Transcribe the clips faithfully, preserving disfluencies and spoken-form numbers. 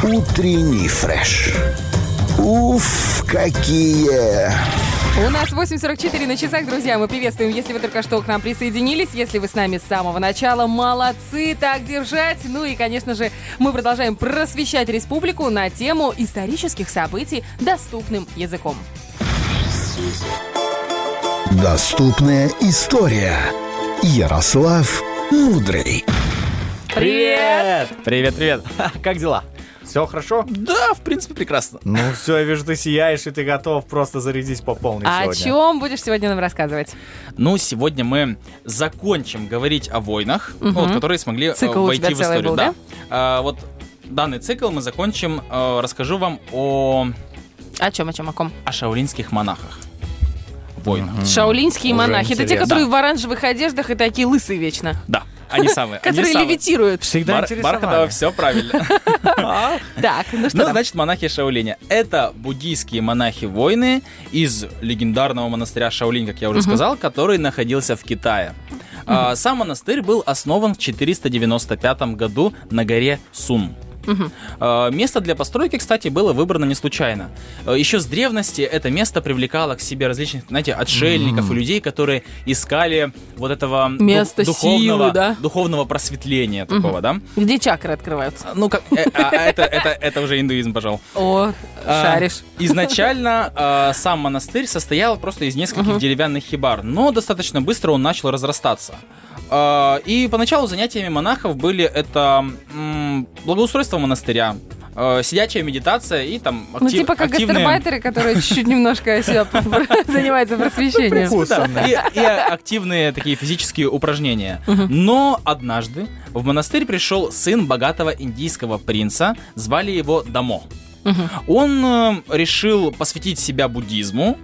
Утренний фреш. Уф, какие... У нас восемь сорок четыре на часах, друзья. Мы приветствуем, если вы только что к нам присоединились. Если вы с нами с самого начала, молодцы, так держать. Ну и, конечно же, мы продолжаем просвещать республику на тему исторических событий доступным языком. Доступная история. Ярослав Мудрый. Привет! Привет, привет. Как дела? Все хорошо? Да, в принципе, прекрасно. Ну все, я вижу, ты сияешь, и ты готов просто зарядить по полной А сегодня. о чем будешь сегодня нам рассказывать? Ну, сегодня мы закончим говорить о войнах, Угу. ну, вот, которые смогли э, Цикл у войти тебя в целый историю. был, да? да? А, вот данный цикл мы закончим. э, расскажу вам о, О чем, о чем, о ком? о шаолиньских монахах. Войнах. Мгм. Шаолинские Уже монахи. Это те, интересно. которые в оранжевых одеждах и такие лысые вечно. Да, они самые. они Которые самые. левитируют. Всегда Бар- интересовали. Бархатова, все правильно. Так, ну что Ну, там? значит, монахи Шаолиня. Это буддийские монахи-воины из легендарного монастыря Шаолинь, как я уже сказал, который находился в Китае. А, Сам монастырь был основан в четыреста девяносто пятом году на горе Сун. А, Место для постройки, кстати, было выбрано не случайно. А, Еще с древности это место привлекало к себе различных, знаете, отшельников и людей, которые искали вот этого ду- Место духовного, силы, да? духовного просветления такого, да? Где чакры открываются? Ну, как, э, а, а это, это, это уже индуизм, пожалуй. О, А, шаришь. Изначально а, сам монастырь состоял просто из нескольких деревянных хибар, но достаточно быстро он начал разрастаться. А, и поначалу занятиями монахов были это м, благоустройство монастыря, а, сидячая медитация и там актив, Ну, типа как активные... гастарбайтеры, которые чуть-чуть немножко себя занимаются просвещением. Да, и, и активные такие физические упражнения. Но однажды в монастырь пришел сын богатого индийского принца, звали его Дамо. Он э, решил посвятить себя буддизму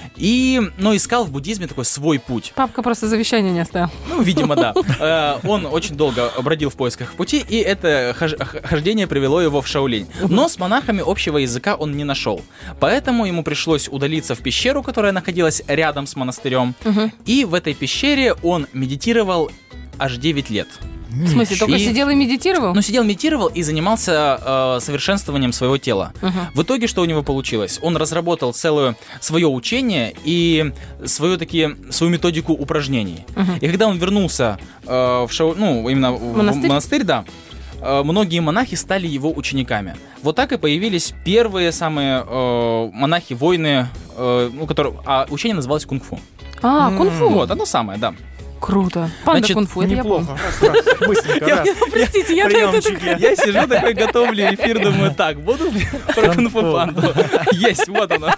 и, ну, искал в буддизме такой свой путь. Папка просто завещание не оставил. Ну, видимо, да. Э, Он очень долго бродил в поисках пути, и это хож- х- хождение привело его в Шаолинь. Но с монахами общего языка он не нашел. Поэтому ему пришлось удалиться в пещеру, которая находилась рядом с монастырем. И в этой пещере он медитировал аж девять лет. В смысле, только И- сидел и медитировал? Ну, сидел, медитировал и занимался э, совершенствованием своего тела. Мгм. В итоге, что у него получилось? Он разработал целое свое учение и свою, такие, свою методику упражнений. И когда он вернулся э, в шау, ну, именно в- в Монастырь? монастырь, да, э, многие монахи стали его учениками. Вот так и появились первые самые э, монахи-воины, э, ну, которые, а учение называлось кунг-фу. А, кунг-фу. Вот, оно самое, да. Круто. Панда Значит, кунг-фу, это я помню. Неплохо. Быстренько, раз. Простите, я это... Приемчики. Я сижу такой, готовлю эфир, думаю, так, буду ли про кунг-фу панду? Есть, вот оно.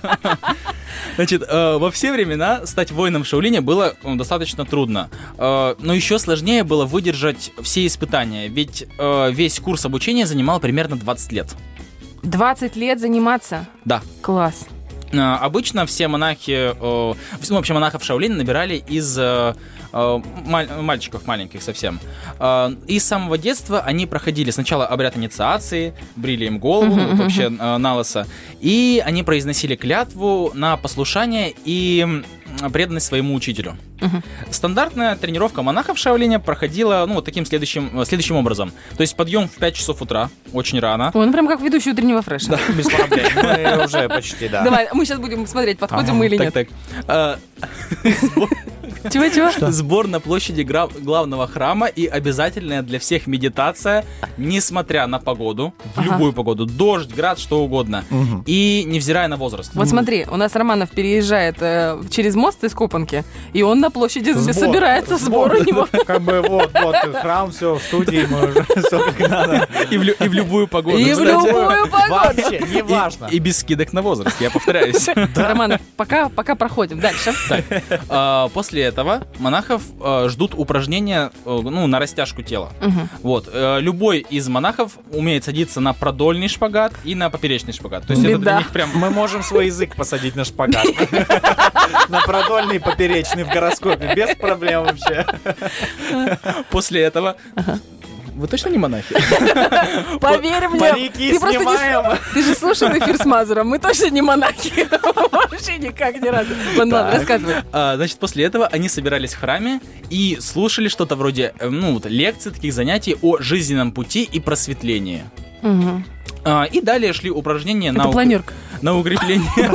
Значит, э, во все времена стать воином Шаолиня было э, достаточно трудно. Э, но еще сложнее было выдержать все испытания, ведь э, весь курс обучения занимал примерно двадцать лет. двадцать лет заниматься? Да. Класс. Э, Обычно все монахи, э, ну, вообще монахов Шаолиня набирали из э, э, маль- мальчиков маленьких совсем. Э, И с самого детства они проходили сначала обряд инициации, брили им голову, Мгм, вот мгм, вообще э, на лысо, и они произносили клятву на послушание и м, преданность своему учителю. Мгм. Стандартная тренировка монахов Шаолиня проходила, ну, вот таким следующим, э, следующим образом. То есть подъем в пять часов утра, очень рано. Ой, ну прям как ведущий утреннего фреша. Без проблем. Мы уже почти, да. Давай, мы сейчас будем смотреть, подходим Ага, мы или Так, нет. так. А, сбор- Чего-чего? Сбор на площади гра- главного храма и обязательная для всех медитация, несмотря на погоду, в Ага. любую погоду, дождь, град, что угодно, Мгм. и невзирая на возраст. Вот смотри, у нас Романов переезжает э, через мост из Копанки, и он на площади Сбор. собирается, сбор у него. Как бы вот, вот, храм, все, в студии мы уже, все как надо. И в, лю- и в любую погоду. И в кстати. любую погоду. Вообще, не важно. И, и без скидок на возраст, я повторяюсь. Романов, пока, пока проходим. Дальше. А, После этого монахов а, ждут упражнения а, ну, на растяжку тела. Мгм. Вот. э, Любой из монахов умеет садиться на продольный шпагат и на поперечный шпагат. То есть это Беда. для них прям... Мы можем свой язык посадить на шпагат. На продольный и поперечный в гороскопе. Без проблем вообще. После этого... Вы точно не монахи? Поверь мне, Парики ты просто не снимаем. с- ты же слушал эфир с Мазуром, мы точно не монахи. Вообще никак ни разу. Ладно, ладно, рассказывай. А, Значит, после этого они собирались в храме и слушали что-то вроде, э, ну, вот, лекций, таких занятий о жизненном пути и просветлении. Мгм. А, и далее шли упражнения Это на, ук- планерка. на укрепление.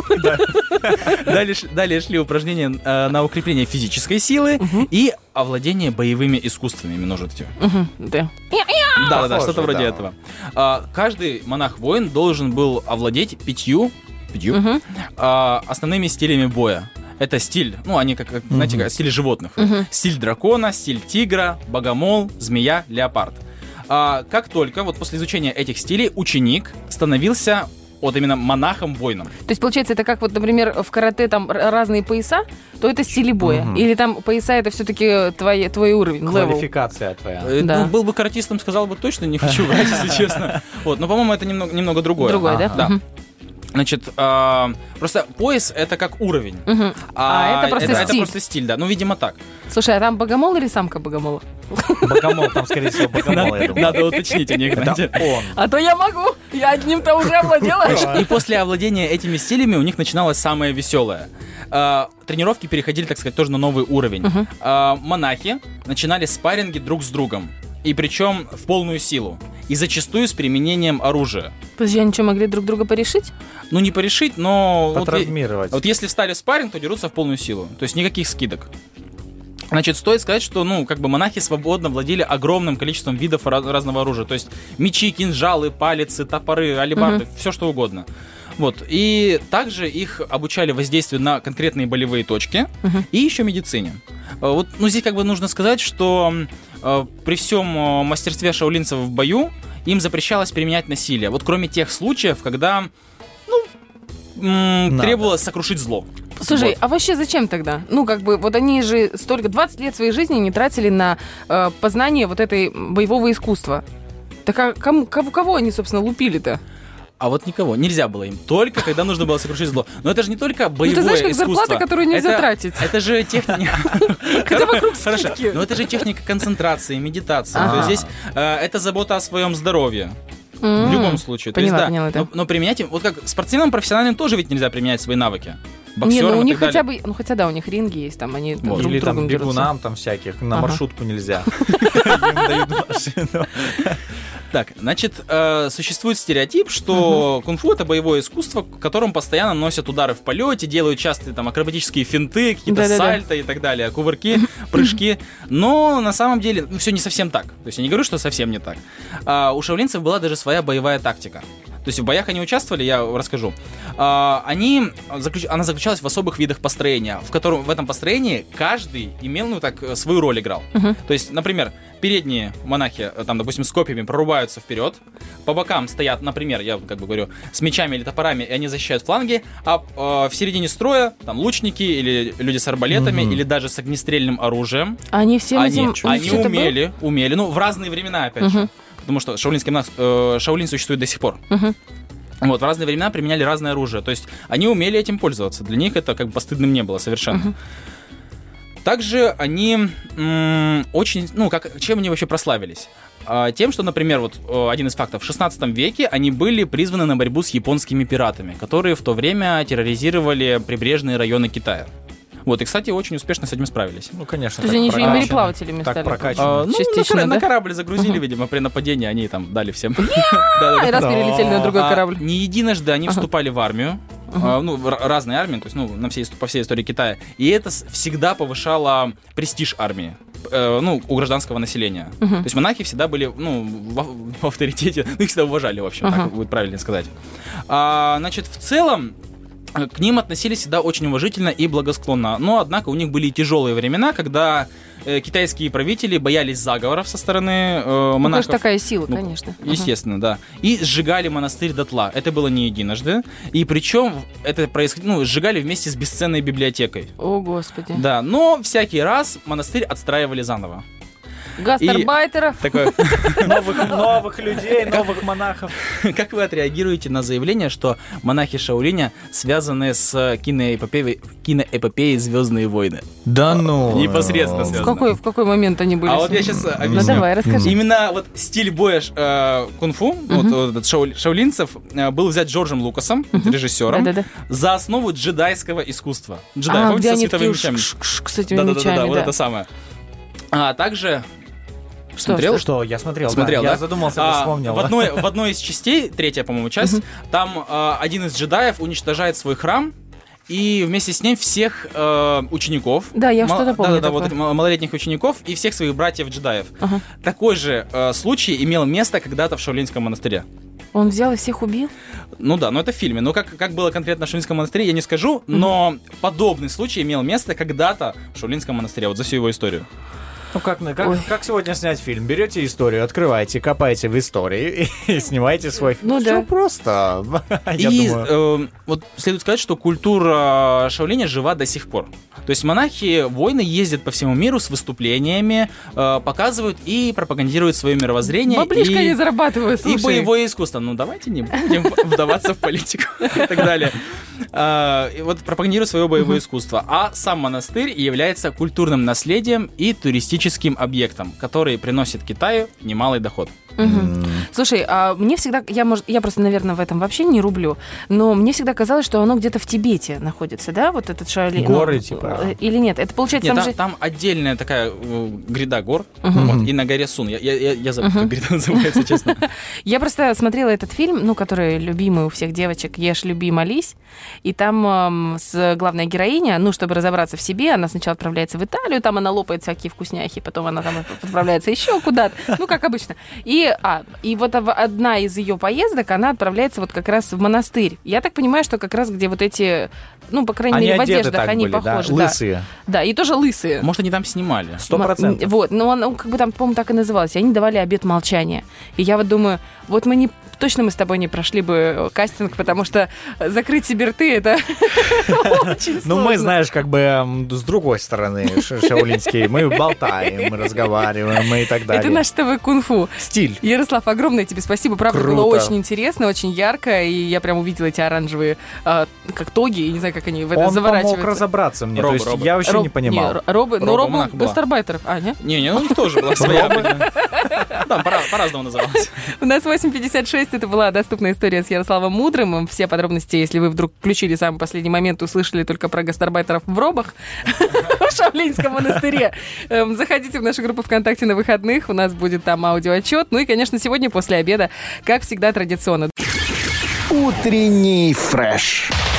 Далее ш- Далее шли упражнения э, на укрепление физической силы и овладение боевыми искусствами. Именно вот эти. Мгм, Да. Да, да, да, Похоже, что-то вроде да. этого. А, Каждый монах-воин должен был овладеть пятью, пятью Мгм. а, основными стилями боя. Это стиль, ну, они как, как, знаете, как стили животных. Стиль дракона, стиль тигра, богомол, змея, леопард. А, как только вот после изучения этих стилей ученик становился вот именно монахом-воином. То есть, получается, это как вот, например, в карате там р- разные пояса, то это стили боя. Или там пояса это все-таки твой, твой уровень, левел. Квалификация твоя. Э, Да. Ну, был бы каратистом, сказал бы точно, не хочу врать, если честно. Вот, но, по-моему, это немного, немного другое. Другое, да? Да. Мгм. Значит, а, просто пояс это как уровень. Мгм. А это просто это, стиль. просто стиль, да. Ну, видимо, так. Слушай, а там богомол или самка богомола? Богомол, там, скорее всего, богомол, я думаю. Надо уточнить у них, знаете. Это он. А то я могу, я одним-то уже овладела. И после овладения этими стилями у них начиналось самое веселое. А, Тренировки переходили, так сказать, тоже на новый уровень. А, Монахи начинали спарринги друг с другом. И причем в полную силу. И зачастую с применением оружия. Подожди, они что, могли друг друга порешить? Ну, не порешить, но... вот е- Потравмировать. Вот если встали в спарринг, то дерутся в полную силу. То есть никаких скидок. Значит, стоит сказать, что, ну, как бы монахи свободно владели огромным количеством видов раз- разного оружия. То есть мечи, кинжалы, палицы, топоры, алебарды, все что угодно. Вот. И также их обучали воздействию на конкретные болевые точки и еще медицине. Э, Вот, ну, здесь как бы нужно сказать, что э, при всем э, мастерстве шаолинцев в бою им запрещалось применять насилие. Вот кроме тех случаев, когда, ну, м, Надо. требовалось сокрушить зло. Слушай, Вот. а вообще зачем тогда? Ну, как бы, вот они же столько, двадцать лет своей жизни не тратили на э, познание вот этой боевого искусства. Так а кому, кого, кого они, собственно, лупили-то? А вот никого. Нельзя было им. Только когда нужно было сокрушить зло. Но это же не только боевое Ну, ты знаешь, как искусство. зарплата, которую нельзя Это- тратить. Это же техника... Хотя вокруг Хорошо. скидки. Но это же техника концентрации, медитации. Ага. То есть здесь э, это забота о своем здоровье. В любом случае. То есть, Поняла, да, поняла, да. Но, но применять им, вот как спортсменам профессиональным тоже ведь нельзя применять свои навыки. Не, Боксерам ну у и них так хотя далее. бы, ну хотя да, у них ринги есть, там они Вот. друг Или другом там дерутся. бегунам там всяких, на Ага. маршрутку нельзя. Им дают машину. Так, значит, э, существует стереотип, что кунг-фу это боевое искусство, в котором постоянно носят удары в полете, делают частые там акробатические финты, какие-то Да-да-да. сальто и так далее, кувырки, прыжки. Но на самом деле ну, все не совсем так. То есть я не говорю, что совсем не так. А, у шаолинцев была даже своя боевая тактика. То есть в боях они участвовали, я расскажу. А, они, заключ- она заключалась в особых видах построения, в котором в этом построении каждый имел, ну так, свою роль играл. То есть, например, передние монахи, там, допустим, с копьями прорубаются вперед, по бокам стоят, например, я как бы говорю, с мечами или топорами, и они защищают фланги, а э, в середине строя там лучники или люди с арбалетами, или даже с огнестрельным оружием. Они всем Они, этим... у них они всё это было? умели, умели, ну, в разные времена, опять же. Потому что шаолинский монах, э, Шаолинь существует до сих пор. Вот, в разные времена применяли разное оружие. То есть они умели этим пользоваться. Для них это как бы постыдным не было совершенно. Также они м, очень, ну, как, чем они вообще прославились? А, тем, что, например, вот э, один из фактов, в шестнадцатом веке они были призваны на борьбу с японскими пиратами, которые в то время терроризировали прибрежные районы Китая. Вот, и, кстати, очень успешно с этим справились. Ну, конечно. То есть так они еще и прокачано. мореплавателями Так стали. прокачано. А, ну, на, Частично, кора- на да? корабль загрузили, видимо, при нападении они там дали всем. А, и раз перелетели на другой А, корабль. Не единожды они вступали в армию, а, ну, в р- разные армии, то есть, ну, на всей, по всей истории Китая. И это с- всегда повышало престиж армии, э, ну, у гражданского населения. То есть монахи всегда были, ну, в, в авторитете, ну, их всегда уважали, в общем, Ага. так будет правильно сказать. А, значит, в целом, э, к ним относились всегда очень уважительно и благосклонно. Но, однако, у них были и тяжелые времена, когда э, китайские правители боялись заговоров со стороны э, Ну, монахов. конечно, такая сила, Ну, конечно. Естественно, да. И сжигали монастырь дотла. Это было не единожды. И причем это происходило, ну, сжигали вместе с бесценной библиотекой. Ага. О, Господи. Да, но всякий раз монастырь отстраивали заново. Гастарбайтеров. Такое, Новых, новых людей, новых монахов. как вы отреагируете на заявление, что монахи Шаолиня связаны с киноэпопеей, киноэпопеей «Звездные войны»? Да ну. Непосредственно В связано. какой, в какой момент они были? А с вот ним? я сейчас Ну объясню. давай, расскажи. Именно вот стиль боя э, кунг-фу, вот, вот этот шаол- шаолинцев, э, был взят Джорджем Лукасом, режиссером, Да-да-да. за основу джедайского искусства. Джедай, А, помните, где со они световыми такие мечами? ш- ш- ш- с этими Да-да-да, мечами, вот да. это самое. А также Что, Смотрел? Что, я смотрел, Смотрел, да? да? Я задумался, А, вспомнил. в, одной, в одной из частей, третья, по-моему, часть, там а, один из джедаев уничтожает свой храм, и вместе с ним всех э, учеников. Да, я что-то помню Да-да-да, вот такое. этих малолетних учеников и всех своих братьев-джедаев. Ага. Такой же э, случай имел место когда-то в Шаолиньском монастыре. Он взял и всех убил? Ну да, но это в фильме. Но как, как было конкретно в Шаолиньском монастыре, я не скажу, но подобный случай имел место когда-то в Шаолиньском монастыре, вот за всю его историю. Ну, как, как, как сегодня снять фильм? Берете историю, открываете, копаете в истории и, и снимаете свой фильм. Ну Все да. просто. Я И думаю. э, вот следует сказать, что культура Шаолиня жива до сих пор. То есть монахи-воины ездят по всему миру с выступлениями, э, показывают и пропагандируют свое мировоззрение. Баблишко и, они зарабатывают, и слушай. боевое искусство. Ну, давайте не будем вдаваться в политику и так далее. А, и вот пропагандируют свое боевое искусство. А сам монастырь является культурным наследием и туристическим объектом, который приносит Китаю немалый доход. Мгм. Слушай, а мне всегда, я, может, я просто, наверное, в этом вообще не рублю, но мне всегда казалось, что оно где-то в Тибете находится, да, вот этот Шаолинь? Горы, ну, типа. э, Или нет? Это получается Нет, там там, же... там отдельная такая э, гряда гор, Мгм. вот, и на горе Сун. Я, я, я, я забыл, как гряда называется, честно. Я просто смотрела этот фильм, ну, который любимый у всех девочек, «Ешь, люби, молись», и там эм, с главная героиня, ну, чтобы разобраться в себе, она сначала отправляется в Италию, там она лопает всякие вкусняхи, потом она там отправляется еще куда-то, ну, как обычно. И, а, и вот ов- одна из ее поездок, она отправляется вот как раз в монастырь. Я так понимаю, что как раз где вот эти, ну, по крайней Они мере, в одеты одеждах так они были, да? похожи. Да, Лысые. да, и тоже лысые. Может, они там снимали. Сто процентов. М, Вот, но он, он как бы там, по-моему, так и называлось. И они давали обет молчания. И я вот думаю, вот мы не точно мы с тобой не прошли бы кастинг, потому что закрыть себе рты — это очень Ну, мы, сложно. знаешь, как бы м, с другой стороны ша- шаолиньские. Мы болтаем, мы разговариваем мы и так далее. Это наш ТВ кунг-фу. Стиль. Ярослав, огромное тебе спасибо. Правда, Круто. было очень интересно, очень ярко, и я прям увидела эти оранжевые, а, как тоги, и не знаю, как они в это Он помог заворачиваются. разобраться мне. Робы, То есть робы. я вообще Роб- не понимал. р- робы, ну, Роба робы монах была. гастарбайтеров. А, не? Не-не, ну, у них тоже была своя. Там пора- по-разному называлось. У нас восемь пятьдесят шесть. Это была доступная история с Ярославом Мудрым. Все подробности, если вы вдруг включили самый последний момент, услышали только про гастарбайтеров в робах в Шаолиньском монастыре. Эм, Заходите в нашу группу ВКонтакте на выходных. У нас будет там аудиоотчет. Ну и, конечно, сегодня после обеда, как всегда, традиционно. Утренний фреш.